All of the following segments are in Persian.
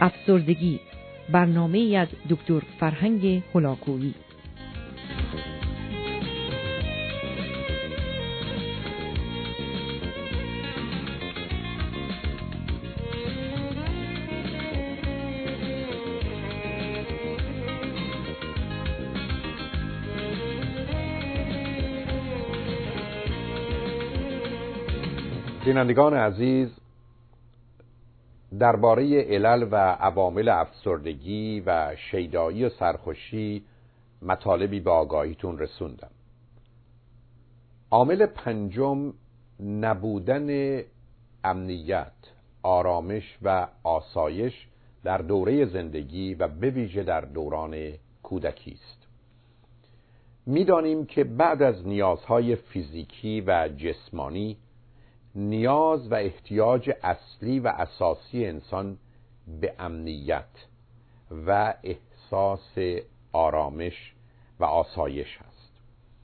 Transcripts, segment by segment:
افسردگی، برنامه‌ای از دکتر فرهنگ هلاکویی. بینندگان عزیز، درباره علل و عوامل افسردگی و شیدایی و سرخوشی مطالبی به آگاهیتون رسوندم. عامل پنجم نبودن امنیت، آرامش و آسایش در دوره زندگی و به ویژه در دوران کودکی است. می‌دانیم که بعد از نیازهای فیزیکی و جسمانی، نیاز و احتیاج اصلی و اساسی انسان به امنیت و احساس آرامش و آسایش است.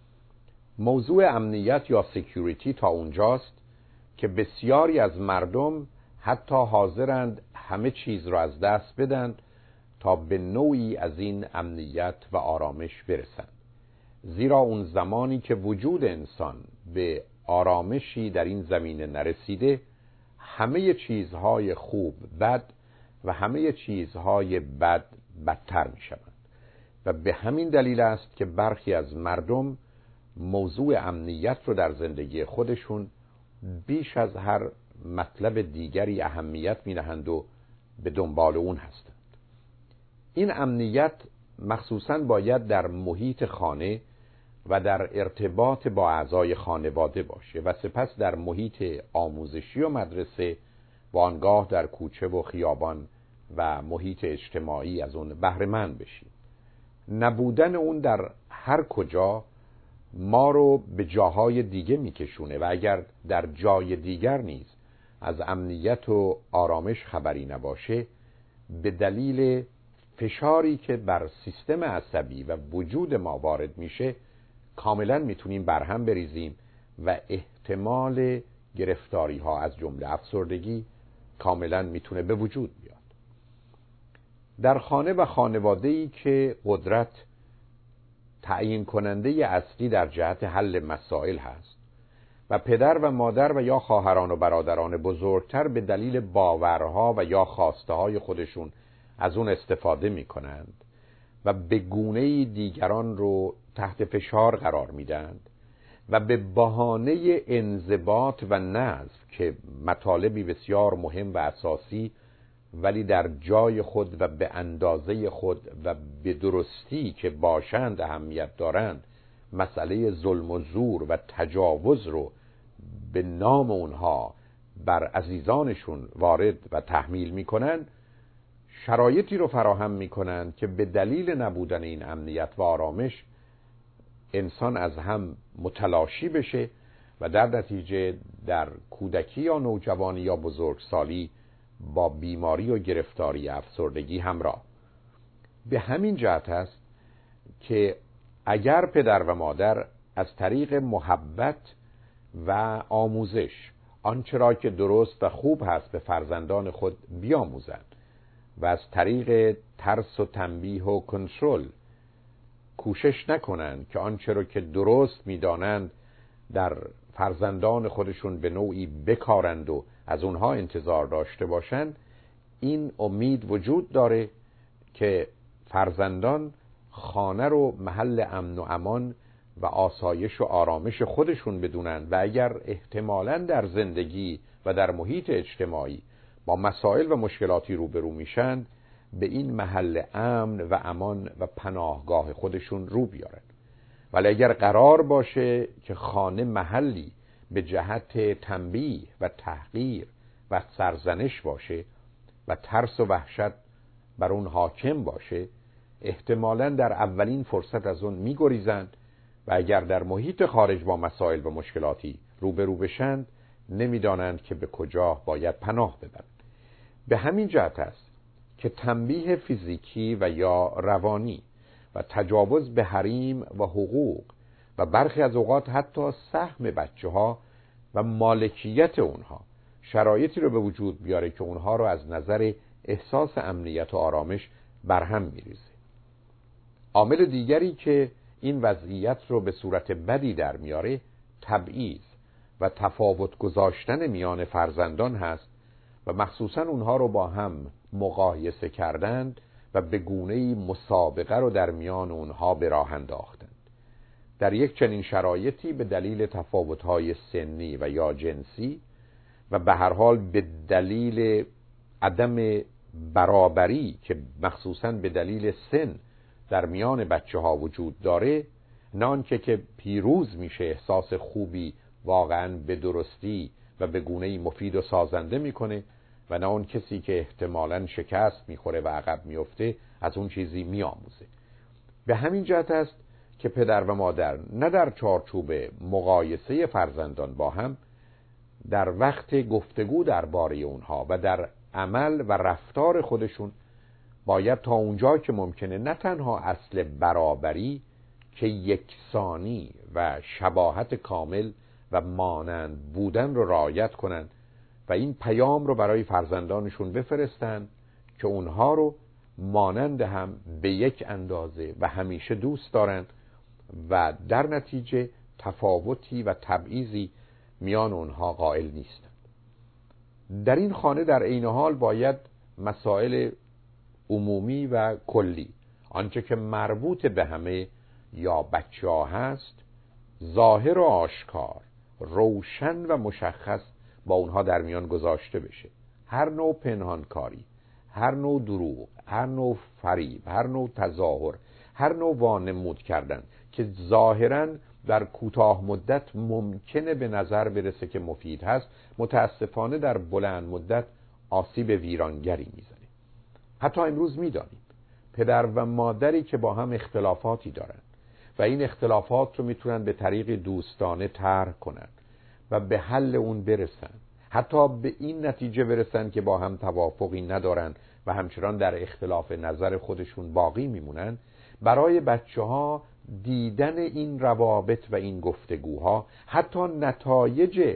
موضوع امنیت یا سکیوریتی تا اونجاست که بسیاری از مردم حتی حاضرند همه چیز را از دست بدن تا به نوعی از این امنیت و آرامش برسند. زیرا اون زمانی که وجود انسان به آرامشی در این زمینه نرسیده، همه چیزهای خوب بد و همه چیزهای بد بدتر می شوند و به همین دلیل است که برخی از مردم موضوع امنیت رو در زندگی خودشون بیش از هر مطلب دیگری اهمیت می نهند و به دنبال اون هستند. این امنیت مخصوصاً باید در محیط خانه و در ارتباط با اعضای خانواده باشه و سپس در محیط آموزشی و مدرسه و آنگاه در کوچه و خیابان و محیط اجتماعی از اون بهره مند بشیم. نبودن اون در هر کجا ما رو به جاهای دیگه میکشونه و اگر در جای دیگر نیز از امنیت و آرامش خبری نباشه، به دلیل فشاری که بر سیستم عصبی و وجود ما وارد میشه کاملا میتونیم برهم بریزیم و احتمال گرفتاری ها از جمله افسردگی کاملا میتونه به وجود بیاد. در خانه و خانواده‌ای که قدرت تعیین کننده اصلی در جهت حل مسائل هست و پدر و مادر و یا خواهران و برادران بزرگتر به دلیل باورها و یا خواسته های خودشون از اون استفاده میکنند و به گونه‌ای دیگران رو تحت فشار قرار میدند و به بهانه انضباط و نظم که مطالبی بسیار مهم و اساسی ولی در جای خود و به اندازه خود و به درستی که باشند اهمیت دارند، مسئله ظلم و زور و تجاوز رو به نام اونها بر عزیزانشون وارد و تحمیل میکنند، شرایطی رو فراهم میکنند که به دلیل نبودن این امنیت و آرامش انسان از هم متلاشی بشه و در نتیجه در کودکی یا نوجوانی یا بزرگسالی با بیماری و گرفتاری افسردگی همراه. به همین جهت است که اگر پدر و مادر از طریق محبت و آموزش آنچه را که درست و خوب هست به فرزندان خود بیاموزند و از طریق ترس و تنبیه و کنترل کوشش نکنند که آنچه را که درست می‌دانند در فرزندان خودشون به نوعی بکارند و از اونها انتظار داشته باشند، این امید وجود داره که فرزندان خانه رو محل امن و امان و آسایش و آرامش خودشون بدونند و اگر احتمالاً در زندگی و در محیط اجتماعی با مسائل و مشکلاتی روبرو میشن، به این محل امن و امان و پناهگاه خودشون رو بیارن. ولی اگر قرار باشه که خانه محلی به جهت تنبیه و تحقیر و سرزنش باشه و ترس و وحشت بر اون حاکم باشه، احتمالاً در اولین فرصت از اون میگریزند و اگر در محیط خارج با مسائل و مشکلاتی روبرو بشند، نمیدانند که به کجا باید پناه ببرند. به همین جهت است که تنبیه فیزیکی و یا روانی و تجاوز به حریم و حقوق و برخی از اوقات حتی سهم بچه‌ها و مالکیت اونها شرایطی رو به وجود بیاره که اونها رو از نظر احساس امنیت و آرامش برهم میریزه. عامل دیگری که این وضعیت رو به صورت بدی در میاره تبعیض و تفاوت گذاشتن میان فرزندان هست و مخصوصا اونها رو با هم مقایسه کردند و به گونه‌ای مسابقه رو در میان اونها به راه انداختند. در یک چنین شرایطی به دلیل تفاوت‌های سنی و یا جنسی و به هر حال به دلیل عدم برابری که مخصوصا به دلیل سن در میان بچه‌ها وجود داره، نه آنکه که پیروز میشه احساس خوبی واقعاً به درستی و به گونه‌ای مفید و سازنده میکنه و نه اون کسی که احتمالاً شکست میخوره و عقب میفته از اون چیزی میآموزه. به همین جهت است که پدر و مادر نه در چارچوب مقایسه فرزندان با هم، در وقت گفتگو درباره اونها و در عمل و رفتار خودشون باید تا اونجا که ممکنه نه تنها اصل برابری که یکسانی و شباهت کامل و مانند بودن رو رعایت کنند و این پیام رو برای فرزندانشون بفرستن که اونها رو مانند هم به یک اندازه و همیشه دوست دارن و در نتیجه تفاوتی و تبعیضی میان اونها قائل نیستند. در این خانه در عین حال باید مسائل عمومی و کلی، آنچه که مربوط به همه یا بچه‌ها هست، ظاهر و آشکار، روشن و مشخص با اونها در میان گذاشته بشه. هر نوع پنهانکاری، هر نوع دروغ، هر نوع فریب، هر نوع تظاهر، هر نوع وانمود کردن که ظاهراً در کوتاه مدت ممکنه به نظر برسه که مفید هست، متاسفانه در بلند مدت آسیب ویرانگری میزنه. حتی امروز میدانیم پدر و مادری که با هم اختلافاتی دارن و این اختلافات رو میتونن به طریق دوستانه طرح کنن و به حل اون برسن، حتی به این نتیجه برسن که با هم توافقی ندارن و همچنان در اختلاف نظر خودشون باقی میمونن، برای بچه‌ها دیدن این روابط و این گفتگوها، حتی نتایج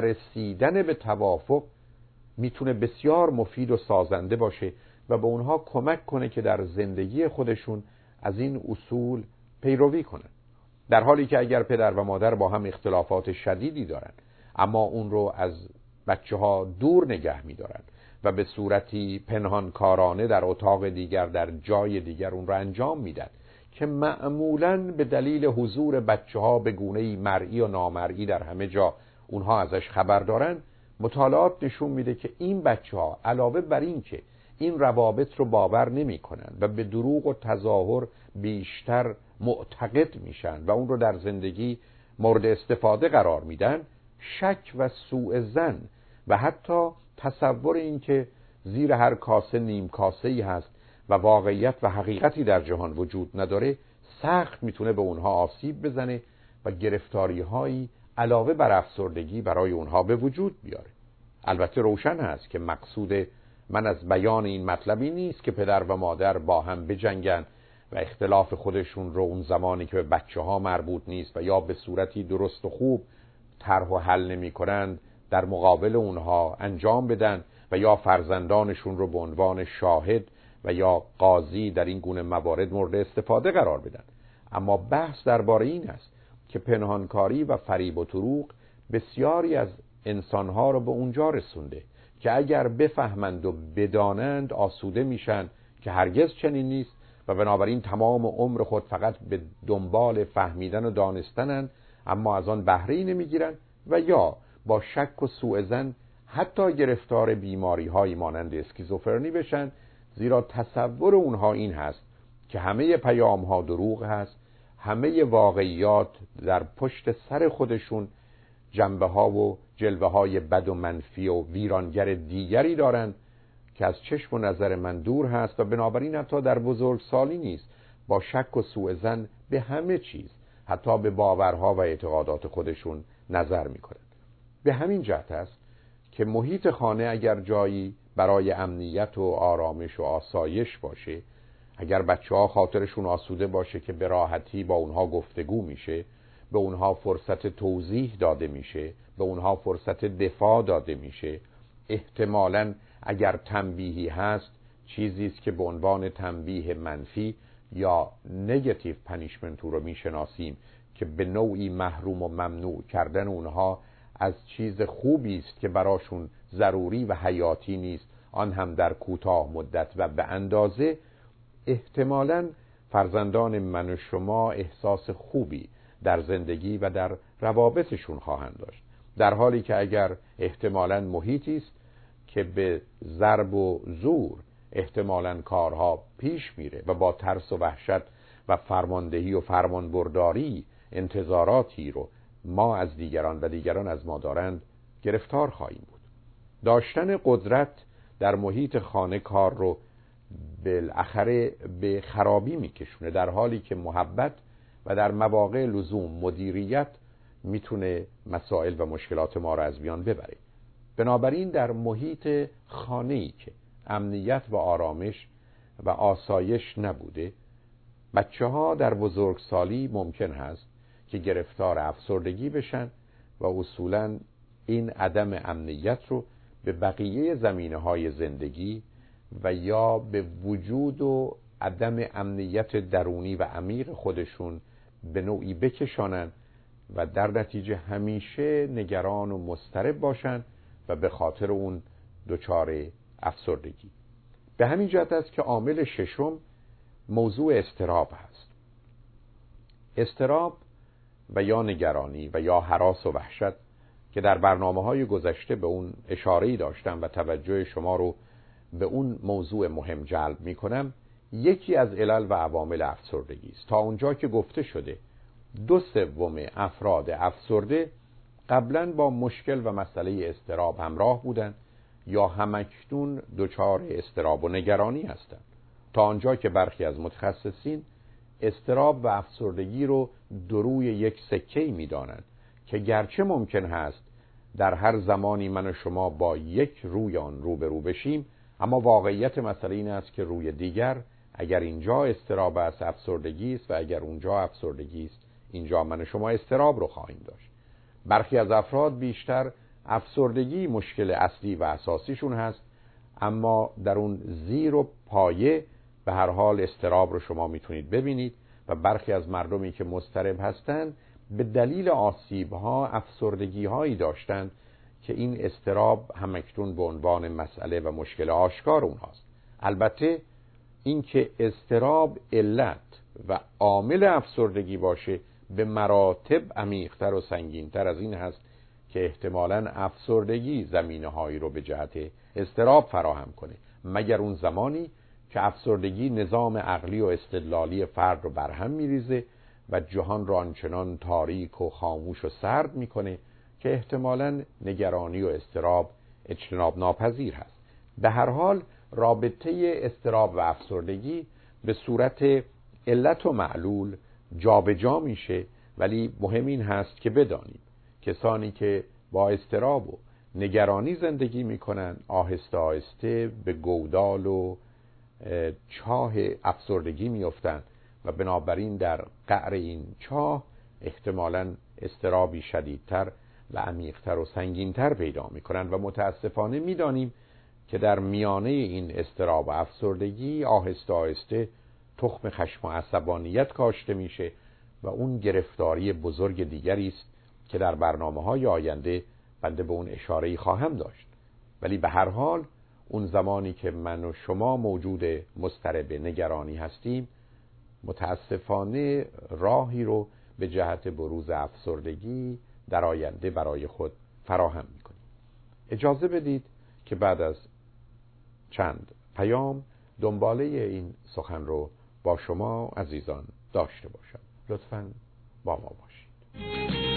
نرسیدن به توافق، میتونه بسیار مفید و سازنده باشه و به اونها کمک کنه که در زندگی خودشون از این اصول پیروی کنن. در حالی که اگر پدر و مادر با هم اختلافات شدیدی دارن اما اون رو از بچه‌ها دور نگه می‌دارن و به صورتی پنهانکارانه در اتاق دیگر، در جای دیگر اون رو انجام میدن که معمولاً به دلیل حضور بچه‌ها به گونه‌ای مرئی و نامرئی در همه جا اونها ازش خبر دارن، مطالعات نشون میده که این بچه‌ها علاوه بر این که این روابط رو باور نمی‌کنن و به دروغ و تظاهر بیشتر معتقد میشن و اون رو در زندگی مورد استفاده قرار میدن، شک و سوء ظن و حتی تصور این که زیر هر کاسه نیم کاسه‌ای هست و واقعیت و حقیقتی در جهان وجود نداره، سخت میتونه به اونها آسیب بزنه و گرفتاری‌هایی علاوه بر افسردگی برای اونها به وجود بیاره. البته روشن هست که مقصود من از بیان این مطلبی نیست که پدر و مادر با هم بجنگن و اختلاف خودشون رو اون زمانی که به بچه‌ها مربوط نیست و یا به صورتی درست و خوب طرح و حل نمی‌کنند در مقابل اونها انجام بدن و یا فرزندانشون رو به عنوان شاهد و یا قاضی در این گونه موارد مورد استفاده قرار بدن. اما بحث درباره این است که پنهانکاری و فریب و دروغ بسیاری از انسانها رو به اونجا رسونده که اگر بفهمند و بدانند آسوده میشن که هرگز چنین نیست و بنابراین تمام عمر خود فقط به دنبال فهمیدن و دانستنن اما از آن بهره‌ای نمیگیرن و یا با شک و سوء ظن حتی گرفتار بیماری‌هایی مانند اسکیزوفرنی بشن، زیرا تصور اونها این هست که همه پیام‌ها دروغ هست، همه واقعیات در پشت سر خودشون جنبه‌ها و جلوه‌های بد و منفی و ویرانگر دیگری دارند که از چشم و نظر من دور هست و بنابراین حتی در بزرگسالی نیست با شک و سوء ظن به همه چیز، حتی به باورها و اعتقادات خودشون نظر می‌کنند. به همین جهت است که محیط خانه اگر جایی برای امنیت و آرامش و آسایش باشه، اگر بچه‌ها خاطرشون آسوده باشه که به راحتی با اونها گفتگو میشه، به اونها فرصت توضیح داده میشه، به اونها فرصت دفاع داده میشه، احتمالاً اگر تنبیهی هست چیزی است که به عنوان تنبیه منفی یا نگاتیو پنیشمنت رو میشناسیم که به نوعی محروم و ممنوع کردن اونها از چیز خوبی است که براشون ضروری و حیاتی نیست، آن هم در کوتاه مدت و به اندازه، احتمالاً فرزندان من و شما احساس خوبی در زندگی و در روابطشون خواهند داشت، در حالی که اگر احتمالاً محیطی است که به ضرب و زور احتمالاً کارها پیش میره و با ترس و وحشت و فرماندهی و فرمانبرداری انتظاراتی رو ما از دیگران و دیگران از ما دارند گرفتار خواهیم بود. داشتن قدرت در محیط خانه کار رو بالاخره به خرابی میکشونه، در حالی که محبت و در مواقع لزوم مدیریت میتونه مسائل و مشکلات ما رو از میان ببره. بنابراین در محیط خانه‌ای که امنیت و آرامش و آسایش نبوده، بچه‌ها در بزرگسالی ممکن هست که گرفتار افسردگی بشن و اصولاً این عدم امنیت رو به بقیه زمینه‌های زندگی و یا به وجود و عدم امنیت درونی و عمیق خودشون به نوعی بکشانن و در نتیجه همیشه نگران و مضطرب باشن و به خاطر اون دچار افسردگی. به همین جهت است که عامل ششم موضوع اضطراب هست. اضطراب و یا نگرانی و یا هراس و وحشت که در برنامه‌های گذشته به اون اشاره‌ای داشتم و توجه شما رو به اون موضوع مهم جلب می‌کنم، یکی از علل و عوامل افسردگی است. تا اونجا که گفته شده 2/3 افراد افسرده قبلاً با مشکل و مسئله اضطراب همراه بودند یا همکنون دچار اضطراب و نگرانی هستند، تا آنجا که برخی از متخصصین اضطراب و افسردگی رو دو روی یک سکه‌ای می‌دانند که گرچه ممکن هست در هر زمانی من و شما با یک روی آن روبرو بشیم، اما واقعیت مسئله این است که روی دیگر اگر اینجا اضطراب است افسردگی است و اگر اونجا افسردگی است اینجا من و شما اضطراب رو خواهیم داشت. برخی از افراد بیشتر افسردگی مشکل اصلی و اساسیشون هست، اما در اون زیر و پایه به هر حال اضطراب رو شما میتونید ببینید و برخی از مردمی که مضطرب هستند به دلیل آسیب‌ها افسردگی‌هایی داشتند که این اضطراب همکنون به عنوان مسئله و مشکل آشکار اونهاست. البته این که اضطراب علت و عامل افسردگی باشه به مراتب عمیق‌تر و سنگین‌تر از این هست که احتمالاً افسردگی زمینه‌هایی رو به جهت اضطراب فراهم کنه، مگر اون زمانی که افسردگی نظام عقلی و استدلالی فرد رو برهم میریزه و جهان رو آنچنان تاریک و خاموش و سرد میکنه که احتمالاً نگرانی و اضطراب اجتناب ناپذیر هست. به هر حال رابطه اضطراب و افسردگی به صورت علت و معلول جابجا میشه، ولی مهم این هست که بدانیم کسانی که با اضطراب و نگرانی زندگی میکنن آهسته آهسته به گودال و چاه افسردگی میافتند و بنابراین در قعر این چاه احتمالاً اضطرابی شدیدتر و عمیقتر و سنگینتر پیدا میکنن و متاسفانه میدانیم که در میانه این اضطراب و افسردگی آهسته آهسته تخم خشم و عصبانیت کاشته میشه و اون گرفتاری بزرگ دیگری است که در برنامه‌های آینده بنده به اون اشاره‌ای خواهم داشت. ولی به هر حال اون زمانی که من و شما موجود مضطرب نگرانی هستیم متاسفانه راهی رو به جهت بروز افسردگی در آینده برای خود فراهم می‌کنیم. اجازه بدید که بعد از چند پیام دنباله این سخن رو با شما عزیزان داشته باشم. لطفاً با ما باشید.